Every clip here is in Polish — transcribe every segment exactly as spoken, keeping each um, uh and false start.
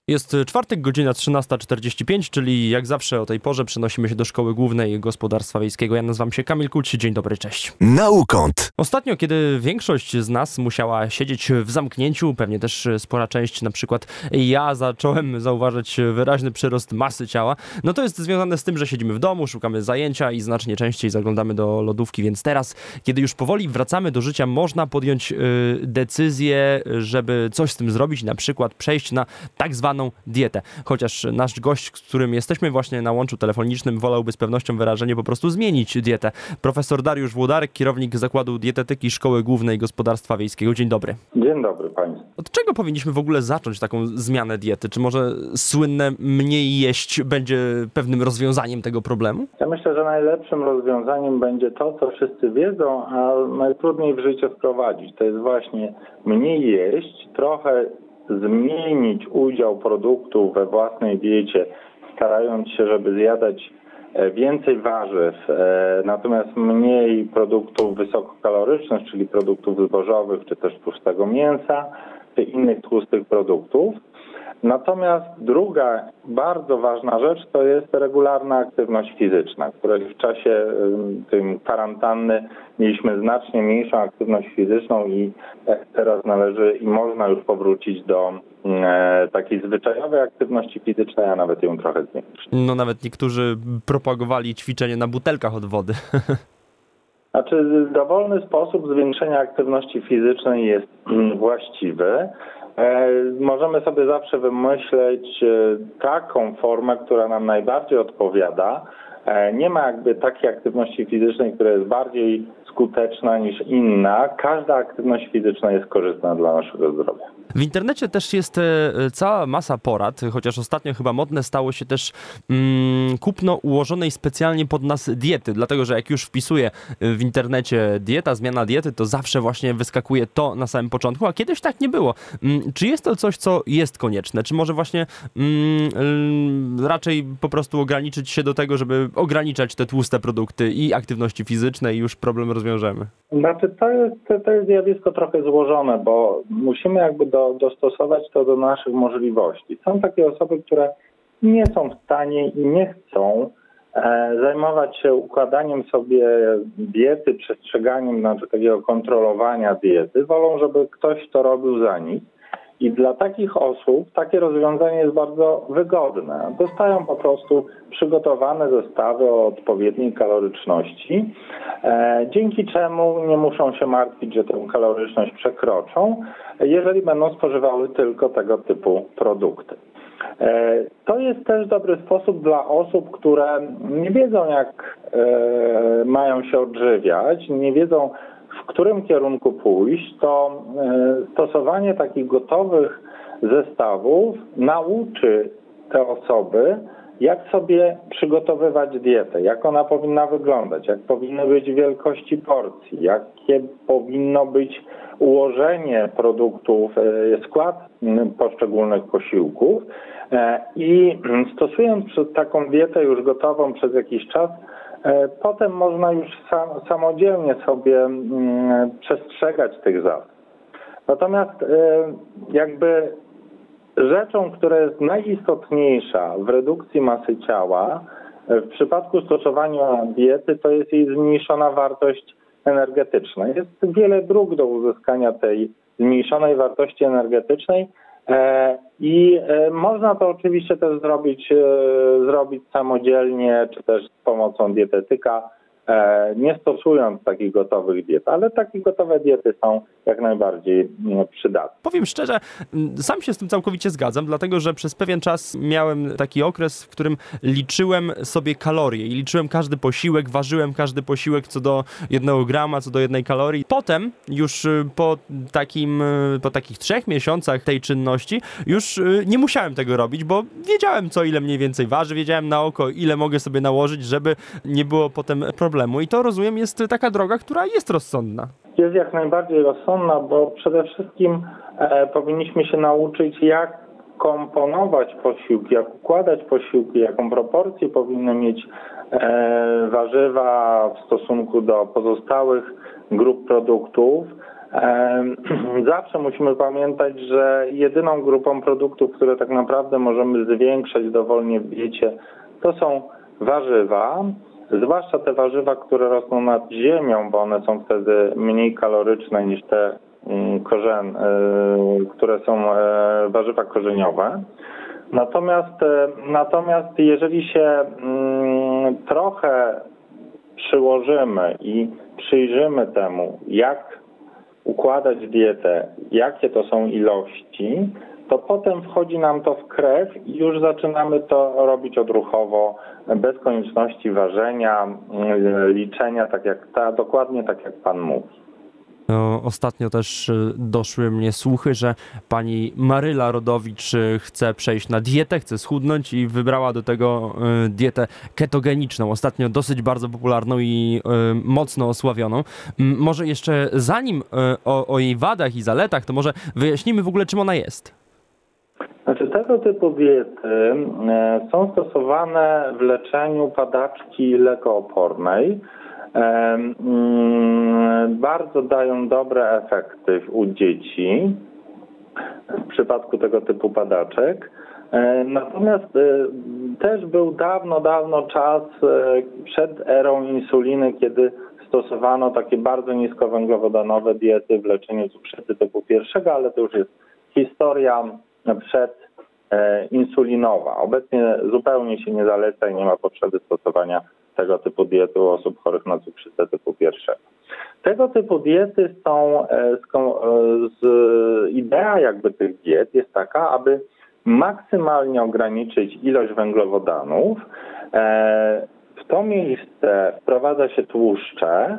Jest czwartek, godzina trzynasta czterdzieści pięć, czyli jak zawsze o tej porze przenosimy się do Szkoły Głównej Gospodarstwa Wiejskiego. Ja nazywam się Kamil Kuć. Dzień dobry, cześć. Naukąt. Ostatnio, kiedy większość z nas musiała siedzieć w zamknięciu, pewnie też spora część, na przykład ja, zacząłem zauważyć wyraźny przyrost masy ciała, no to jest związane z tym, że siedzimy w domu, szukamy zajęcia i znacznie częściej zaglądamy do lodówki, więc teraz, kiedy już powoli wracamy do życia, można podjąć y, decyzję, żeby coś z tym zrobić, na przykład przejść na tak zwaną dietę. Chociaż nasz gość, z którym jesteśmy właśnie na łączu telefonicznym, wolałby z pewnością wyrażenie po prostu zmienić dietę. Profesor Dariusz Włodarek, kierownik Zakładu Dietetyki Szkoły Głównej Gospodarstwa Wiejskiego. Dzień dobry. Dzień dobry Państwu. Od czego powinniśmy w ogóle zacząć taką zmianę diety? Czy może słynne mniej jeść będzie pewnym rozwiązaniem tego problemu? Ja myślę, że najlepszym rozwiązaniem będzie to, co wszyscy wiedzą, a najtrudniej w życie wprowadzić. To jest właśnie mniej jeść, trochę zmienić udział produktów we własnej diecie, starając się, żeby zjadać więcej warzyw, natomiast mniej produktów wysokokalorycznych, czyli produktów zbożowych, czy też tłustego mięsa, czy innych tłustych produktów. Natomiast druga bardzo ważna rzecz to jest regularna aktywność fizyczna, której w czasie tej kwarantanny mieliśmy znacznie mniejszą aktywność fizyczną i teraz należy i można już powrócić do e, takiej zwyczajowej aktywności fizycznej, a nawet ją trochę zwiększyć. No nawet niektórzy propagowali ćwiczenie na butelkach od wody. Znaczy dowolny sposób zwiększenia aktywności fizycznej jest właściwy. E, możemy sobie zawsze wymyśleć e, taką formę, która nam najbardziej odpowiada. E, nie ma jakby takiej aktywności fizycznej, która jest bardziej skuteczna niż inna. Każda aktywność fizyczna jest korzystna dla naszego zdrowia. W internecie też jest cała masa porad, chociaż ostatnio chyba modne stało się też mm, kupno ułożonej specjalnie pod nas diety, dlatego że jak już wpisuję w internecie dieta, zmiana diety, to zawsze właśnie wyskakuje to na samym początku, a kiedyś tak nie było. Mm, czy jest to coś, co jest konieczne? Czy może właśnie mm, raczej po prostu ograniczyć się do tego, żeby ograniczać te tłuste produkty i aktywności fizyczne i już problem rozwiążemy? Znaczy to jest, to jest zjawisko trochę złożone, bo musimy jakby do, dostosować to do naszych możliwości. Są takie osoby, które nie są w stanie i nie chcą e, zajmować się układaniem sobie diety, przestrzeganiem, znaczy takiego kontrolowania diety. Wolą, żeby ktoś to robił za nich. I dla takich osób takie rozwiązanie jest bardzo wygodne. Dostają po prostu przygotowane zestawy o odpowiedniej kaloryczności, e, dzięki czemu nie muszą się martwić, że tę kaloryczność przekroczą, jeżeli będą spożywały tylko tego typu produkty. E, to jest też dobry sposób dla osób, które nie wiedzą, jak e, mają się odżywiać, nie wiedzą, w którym kierunku pójść, to stosowanie takich gotowych zestawów nauczy te osoby, jak sobie przygotowywać dietę, jak ona powinna wyglądać, jak powinny być wielkości porcji, jakie powinno być ułożenie produktów, skład poszczególnych posiłków i stosując taką dietę już gotową przez jakiś czas, potem można już sam, samodzielnie sobie mm, przestrzegać tych zasad. Natomiast y, jakby rzeczą, która jest najistotniejsza w redukcji masy ciała, w przypadku stosowania diety, to jest jej zmniejszona wartość energetyczna. Jest wiele dróg do uzyskania tej zmniejszonej wartości energetycznej, i można to oczywiście też zrobić, zrobić samodzielnie, czy też z pomocą dietetyka, nie stosując takich gotowych diet, ale takie gotowe diety są jak najbardziej przydatne. Powiem szczerze, sam się z tym całkowicie zgadzam, dlatego że przez pewien czas miałem taki okres, w którym liczyłem sobie kalorie i liczyłem każdy posiłek, ważyłem każdy posiłek co do jednego grama, co do jednej kalorii. Potem już po takim, po takich trzech miesiącach tej czynności już nie musiałem tego robić, bo wiedziałem co ile mniej więcej waży, wiedziałem na oko ile mogę sobie nałożyć, żeby nie było potem problemu. I to, rozumiem, jest taka droga, która jest rozsądna. Jest jak najbardziej rozsądna, bo przede wszystkim e, powinniśmy się nauczyć, jak komponować posiłki, jak układać posiłki, jaką proporcję powinny mieć e, warzywa w stosunku do pozostałych grup produktów. Zawsze musimy pamiętać, że jedyną grupą produktów, które tak naprawdę możemy zwiększać dowolnie w diecie, to są warzywa, zwłaszcza te warzywa, które rosną nad ziemią, bo one są wtedy mniej kaloryczne niż te korzen, które są warzywa korzeniowe. Natomiast, natomiast jeżeli się trochę przyłożymy i przyjrzymy temu, jak układać dietę, jakie to są ilości, to potem wchodzi nam to w krew i już zaczynamy to robić odruchowo, bez konieczności ważenia, liczenia, tak jak ta, dokładnie tak jak Pan mówi. No, ostatnio też doszły mnie słuchy, że pani Maryla Rodowicz chce przejść na dietę, chce schudnąć i wybrała do tego dietę ketogeniczną. Ostatnio dosyć bardzo popularną i mocno osławioną. Może jeszcze zanim o, o jej wadach i zaletach, to może wyjaśnimy w ogóle, czym ona jest. Znaczy, tego typu diety są stosowane w leczeniu padaczki lekoopornej. Bardzo dają dobre efekty u dzieci w przypadku tego typu padaczek. Natomiast też był dawno, dawno czas przed erą insuliny, kiedy stosowano takie bardzo niskowęglowodanowe diety w leczeniu cukrzycy typu pierwszego, ale to już jest historia przed insulinowa. Obecnie zupełnie się nie zaleca i nie ma potrzeby stosowania tego typu diety u osób chorych na cukrzycę typu pierwszego. Tego typu diety są, z, idea jakby tych diet jest taka, aby maksymalnie ograniczyć ilość węglowodanów. W to miejsce wprowadza się tłuszcze,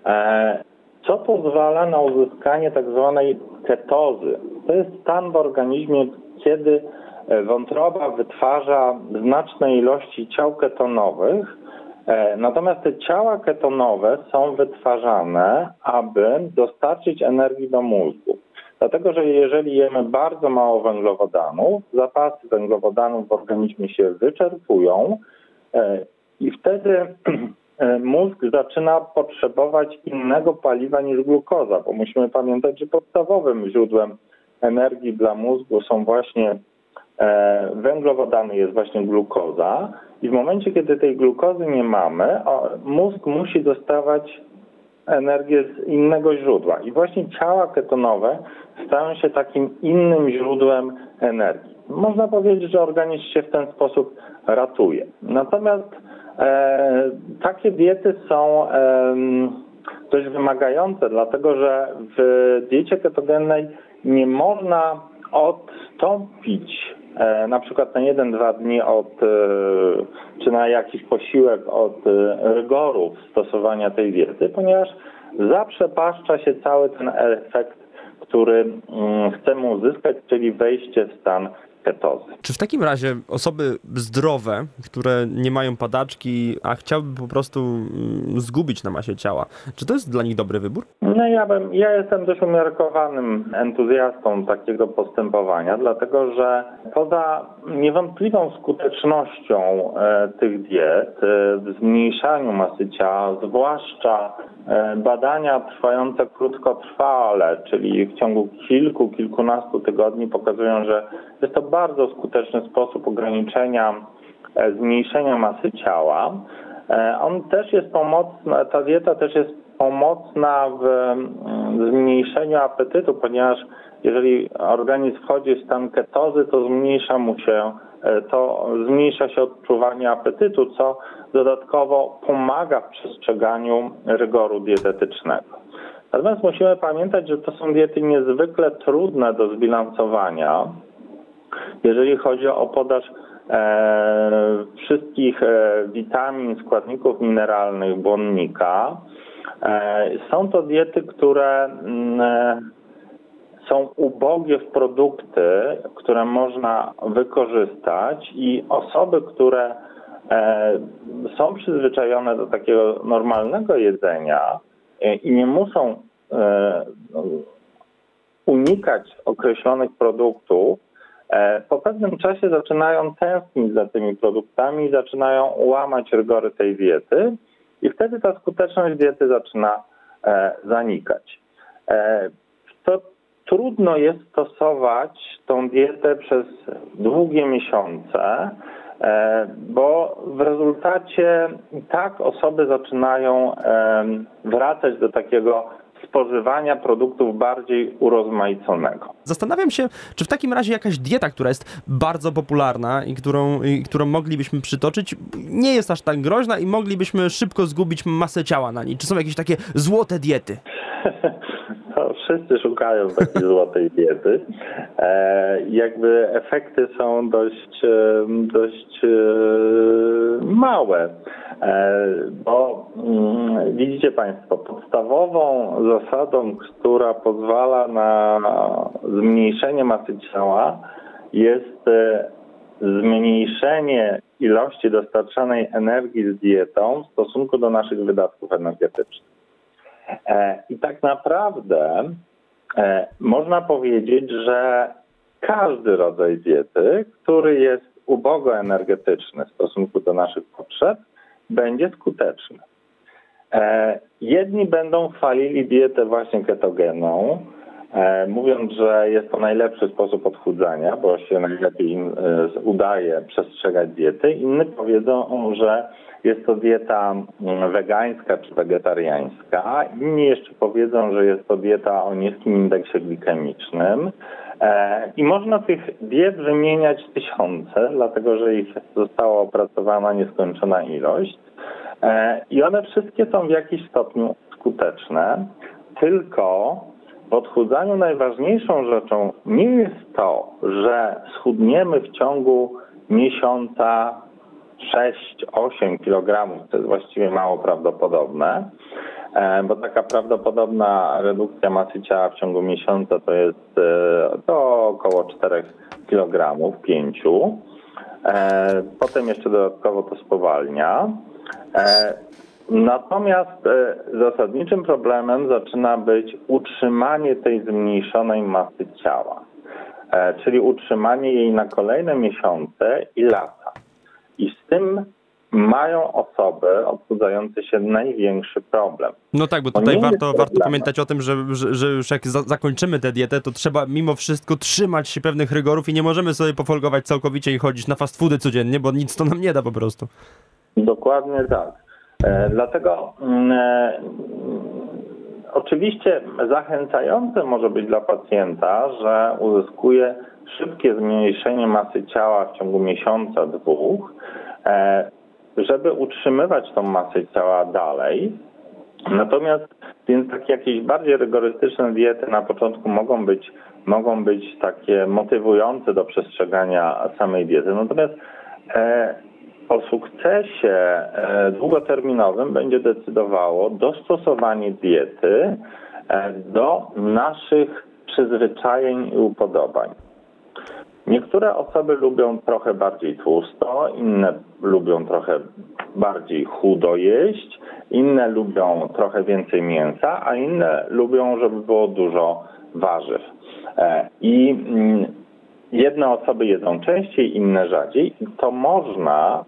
co pozwala na uzyskanie tak zwanej ketozy. To jest stan w organizmie, kiedy wątroba wytwarza znaczne ilości ciał ketonowych. Natomiast te ciała ketonowe są wytwarzane, aby dostarczyć energii do mózgu. Dlatego, że jeżeli jemy bardzo mało węglowodanów, zapasy węglowodanów w organizmie się wyczerpują i wtedy mózg zaczyna potrzebować innego paliwa niż glukoza, bo musimy pamiętać, że podstawowym źródłem energii dla mózgu są właśnie węglowodany, jest właśnie glukoza. I w momencie, kiedy tej glukozy nie mamy, mózg musi dostawać energię z innego źródła. I właśnie ciała ketonowe stają się takim innym źródłem energii. Można powiedzieć, że organizm się w ten sposób ratuje. Natomiast e, takie diety są e, dość wymagające, dlatego że w diecie ketogennej nie można odstąpić na przykład na jeden, dwa dni od, czy na jakiś posiłek od rygorów stosowania tej diety, ponieważ zaprzepaszcza się cały ten efekt, który chcemy uzyskać, czyli wejście w stan ketozy. Czy w takim razie osoby zdrowe, które nie mają padaczki, a chciałyby po prostu zgubić na masie ciała, czy to jest dla nich dobry wybór? No ja bym, ja jestem dość umiarkowanym entuzjastą takiego postępowania, dlatego że poza niewątpliwą skutecznością e, tych diet e, w zmniejszaniu masy ciała, zwłaszcza e, badania trwające krótkotrwale, czyli w ciągu kilku, kilkunastu tygodni pokazują, że jest to bardzo skuteczny sposób ograniczenia, e, zmniejszenia masy ciała. E, on też jest pomocny, ta dieta też jest pomocna w zmniejszeniu apetytu, ponieważ jeżeli organizm wchodzi w stan ketozy, to zmniejsza mu się, to zmniejsza się odczuwanie apetytu, co dodatkowo pomaga w przestrzeganiu rygoru dietetycznego. Natomiast musimy pamiętać, że to są diety niezwykle trudne do zbilansowania, jeżeli chodzi o podaż e, wszystkich e, witamin, składników mineralnych błonnika. Są to diety, które są ubogie w produkty, które można wykorzystać i osoby, które są przyzwyczajone do takiego normalnego jedzenia i nie muszą unikać określonych produktów, po pewnym czasie zaczynają tęsknić za tymi produktami i zaczynają łamać rygory tej diety. I wtedy ta skuteczność diety zaczyna e, zanikać. E, to trudno jest stosować tą dietę przez długie miesiące, bo w rezultacie i tak osoby zaczynają wracać do takiego spożywania produktów bardziej urozmaiconego. Zastanawiam się, czy w takim razie jakaś dieta, która jest bardzo popularna i którą, i którą moglibyśmy przytoczyć, nie jest aż tak groźna i moglibyśmy szybko zgubić masę ciała na niej. Czy są jakieś takie złote diety? No, wszyscy szukają takiej złotej diety. E, jakby efekty są dość, dość e, małe, e, bo mm, widzicie Państwo, podstawową zasadą, która pozwala na zmniejszenie masy ciała, jest e, zmniejszenie ilości dostarczanej energii z dietą w stosunku do naszych wydatków energetycznych. I tak naprawdę e, można powiedzieć, że każdy rodzaj diety, który jest ubogo energetyczny w stosunku do naszych potrzeb, będzie skuteczny. E, jedni będą chwalili dietę właśnie ketogeną, e, mówiąc, że jest to najlepszy sposób odchudzania, bo się najlepiej im e, udaje przestrzegać diety. Inni powiedzą, że jest to dieta wegańska czy wegetariańska. Inni jeszcze powiedzą, że jest to dieta o niskim indeksie glikemicznym. I można tych diet wymieniać tysiące, dlatego że ich została opracowana nieskończona ilość. I one wszystkie są w jakiś stopniu skuteczne, tylko w odchudzaniu najważniejszą rzeczą nie jest to, że schudniemy w ciągu miesiąca sześć osiem kilogramów, to jest właściwie mało prawdopodobne, bo taka prawdopodobna redukcja masy ciała w ciągu miesiąca to jest to około cztery kilogramy, pięć. Potem jeszcze dodatkowo to spowalnia. Natomiast zasadniczym problemem zaczyna być utrzymanie tej zmniejszonej masy ciała, czyli utrzymanie jej na kolejne miesiące i lata. I z tym mają osoby odchudzające się największy problem. No tak, bo tutaj warto, warto pamiętać o tym, że, że, że już jak za, zakończymy tę dietę, to trzeba mimo wszystko trzymać się pewnych rygorów i nie możemy sobie pofolgować całkowicie i chodzić na fast foody codziennie, bo nic to nam nie da po prostu. Dokładnie tak. E, dlatego e, oczywiście zachęcające może być dla pacjenta, że uzyskuje szybkie zmniejszenie masy ciała w ciągu miesiąca, dwóch, żeby utrzymywać tą masę ciała dalej. Natomiast więc takie jakieś bardziej rygorystyczne diety na początku mogą być, mogą być takie motywujące do przestrzegania samej diety. Natomiast e, o sukcesie e, długoterminowym będzie decydowało dostosowanie diety e, do naszych przyzwyczajeń i upodobań. Niektóre osoby lubią trochę bardziej tłusto, inne lubią trochę bardziej chudo jeść, inne lubią trochę więcej mięsa, a inne lubią, żeby było dużo warzyw. I jedne osoby jedzą częściej, inne rzadziej. I to można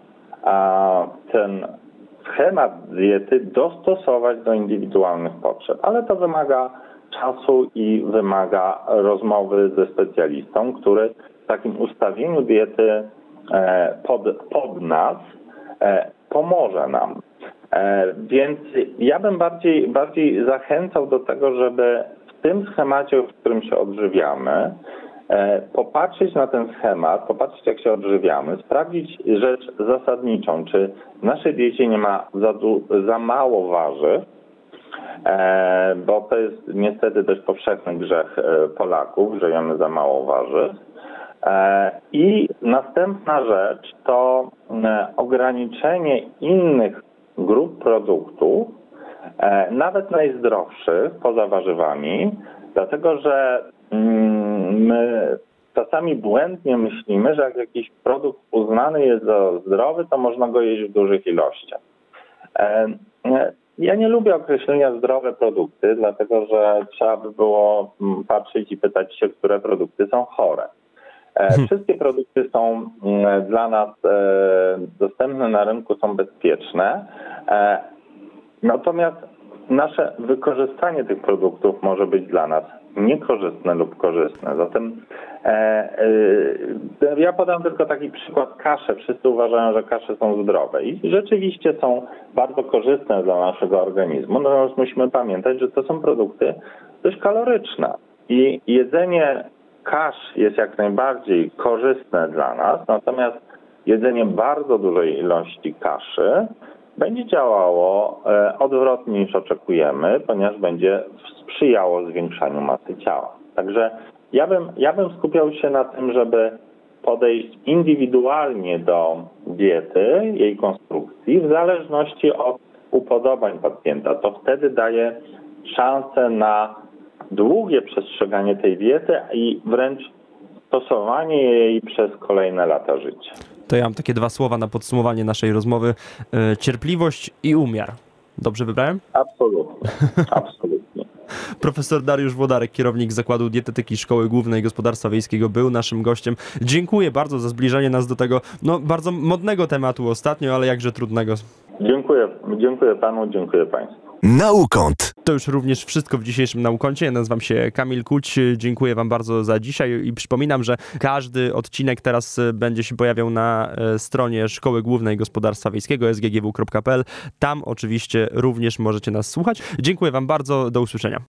ten schemat diety dostosować do indywidualnych potrzeb, ale to wymaga czasu i wymaga rozmowy ze specjalistą, który w takim ustawieniu diety pod, pod nas pomoże nam. Więc ja bym bardziej, bardziej zachęcał do tego, żeby w tym schemacie, w którym się odżywiamy, popatrzeć na ten schemat, popatrzeć jak się odżywiamy, sprawdzić rzecz zasadniczą, czy w naszej diecie nie ma za, za mało warzyw, bo to jest niestety dość powszechny grzech Polaków, że jemy za mało warzyw. I następna rzecz to ograniczenie innych grup produktów, nawet najzdrowszych, poza warzywami, dlatego że my czasami błędnie myślimy, że jak jakiś produkt uznany jest za zdrowy, to można go jeść w dużych ilościach. Ja nie lubię określenia zdrowe produkty, dlatego że trzeba by było patrzeć i pytać się, które produkty są chore. Wszystkie produkty są dla nas dostępne na rynku, są bezpieczne, natomiast nasze wykorzystanie tych produktów może być dla nas niekorzystne lub korzystne. Zatem e, e, ja podam tylko taki przykład kasze. Wszyscy uważają, że kasze są zdrowe i rzeczywiście są bardzo korzystne dla naszego organizmu. Natomiast musimy pamiętać, że to są produkty dość kaloryczne i jedzenie kasz jest jak najbardziej korzystne dla nas, natomiast jedzenie bardzo dużej ilości kaszy będzie działało e, odwrotnie niż oczekujemy, ponieważ będzie sprzyjało zwiększaniu masy ciała. Także ja bym, ja bym skupiał się na tym, żeby podejść indywidualnie do diety, jej konstrukcji, w zależności od upodobań pacjenta. To wtedy daje szansę na długie przestrzeganie tej diety i wręcz stosowanie jej przez kolejne lata życia. To ja mam takie dwa słowa na podsumowanie naszej rozmowy. Cierpliwość i umiar. Dobrze wybrałem? Absolutnie. Absolutnie. Profesor Dariusz Włodarek, kierownik Zakładu Dietetyki Szkoły Głównej Gospodarstwa Wiejskiego, był naszym gościem. Dziękuję bardzo za zbliżenie nas do tego no, bardzo modnego tematu ostatnio, ale jakże trudnego. Dziękuję. Dziękuję panu, dziękuję państwu. Naukąt. To już również wszystko w dzisiejszym Naukącie. Ja nazywam się Kamil Kuć. Dziękuję wam bardzo za dzisiaj i przypominam, że każdy odcinek teraz będzie się pojawiał na stronie Szkoły Głównej Gospodarstwa Wiejskiego s g g w kropka p l. Tam oczywiście również możecie nas słuchać. Dziękuję wam bardzo. Do usłyszenia.